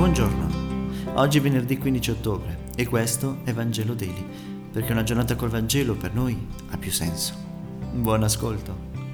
Buongiorno, oggi è venerdì 15 ottobre e questo è Vangelo Daily, perché una giornata col Vangelo per noi ha più senso. Buon ascolto.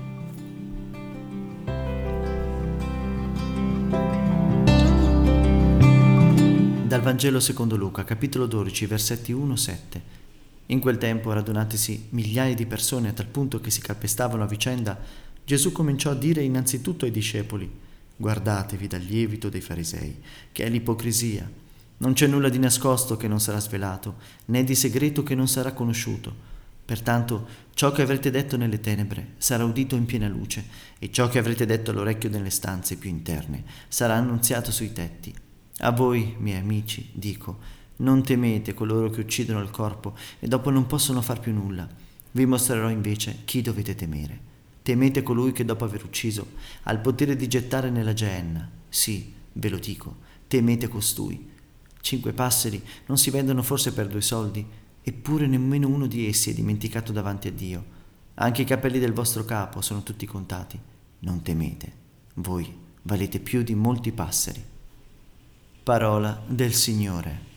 Dal Vangelo secondo Luca, capitolo 12, versetti 1-7. In quel tempo, radunatisi migliaia di persone a tal punto che si calpestavano a vicenda, Gesù cominciò a dire innanzitutto ai discepoli: guardatevi dal lievito dei farisei, che è l'ipocrisia. Non c'è nulla di nascosto che non sarà svelato, né di segreto che non sarà conosciuto. Pertanto ciò che avrete detto nelle tenebre sarà udito in piena luce, e ciò che avrete detto all'orecchio nelle stanze più interne sarà annunziato sui tetti. A voi, miei amici, dico, non temete coloro che uccidono il corpo e dopo non possono far più nulla. Vi mostrerò invece chi dovete temere. Temete colui che dopo aver ucciso ha il potere di gettare nella Geenna. Sì, ve lo dico, temete costui. 5 passeri non si vendono forse per 2 soldi, eppure nemmeno uno di essi è dimenticato davanti a Dio. Anche i capelli del vostro capo sono tutti contati. Non temete, voi valete più di molti passeri. Parola del Signore.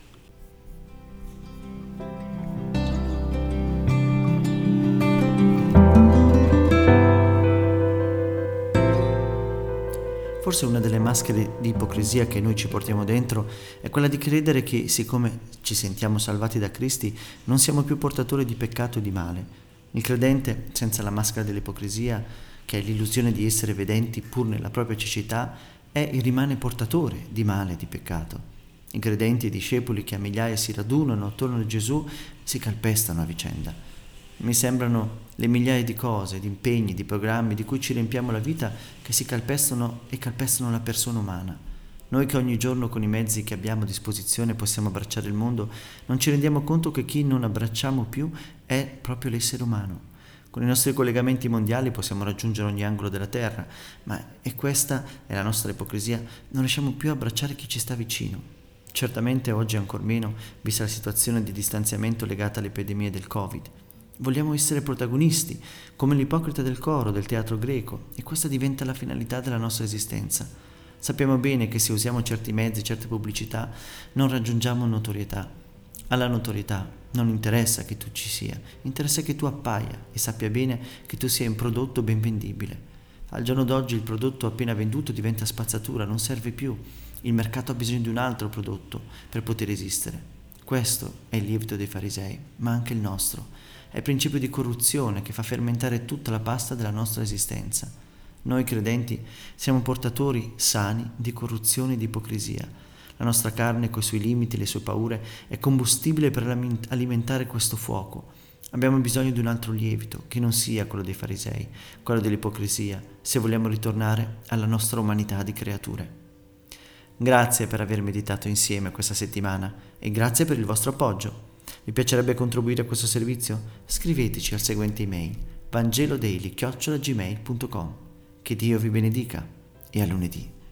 Forse una delle maschere di ipocrisia che noi ci portiamo dentro è quella di credere che, siccome ci sentiamo salvati da Cristo, non siamo più portatori di peccato e di male. Il credente, senza la maschera dell'ipocrisia, che è l'illusione di essere vedenti pur nella propria cecità, è e rimane portatore di male e di peccato. I credenti e i discepoli che a migliaia si radunano attorno a Gesù si calpestano a vicenda. Mi sembrano le migliaia di cose, di impegni, di programmi di cui ci riempiamo la vita che si calpestano e calpestano la persona umana. Noi che ogni giorno con i mezzi che abbiamo a disposizione possiamo abbracciare il mondo, non ci rendiamo conto che chi non abbracciamo più è proprio l'essere umano. Con i nostri collegamenti mondiali possiamo raggiungere ogni angolo della terra, e questa è la nostra ipocrisia, non riusciamo più a abbracciare chi ci sta vicino. Certamente oggi ancor meno, vista la situazione di distanziamento legata all'epidemia del Covid. Vogliamo essere protagonisti, come l'ipocrita del coro del teatro greco, e questa diventa la finalità della nostra esistenza. Sappiamo bene che se usiamo certi mezzi, certe pubblicità, non raggiungiamo notorietà. Alla notorietà non interessa che tu ci sia, interessa che tu appaia e sappia bene che tu sia un prodotto ben vendibile. Al giorno d'oggi il prodotto appena venduto diventa spazzatura, non serve più. Il mercato ha bisogno di un altro prodotto per poter esistere. Questo è il lievito dei farisei, ma anche il nostro. È il principio di corruzione che fa fermentare tutta la pasta della nostra esistenza. Noi credenti siamo portatori sani di corruzione e di ipocrisia. La nostra carne, coi suoi limiti e le sue paure, è combustibile per alimentare questo fuoco. Abbiamo bisogno di un altro lievito, che non sia quello dei farisei, quello dell'ipocrisia, se vogliamo ritornare alla nostra umanità di creature. Grazie per aver meditato insieme questa settimana e grazie per il vostro appoggio. Vi piacerebbe contribuire a questo servizio? Scriveteci al seguente email: vangelodaily@gmail.com. Che Dio vi benedica e a lunedì.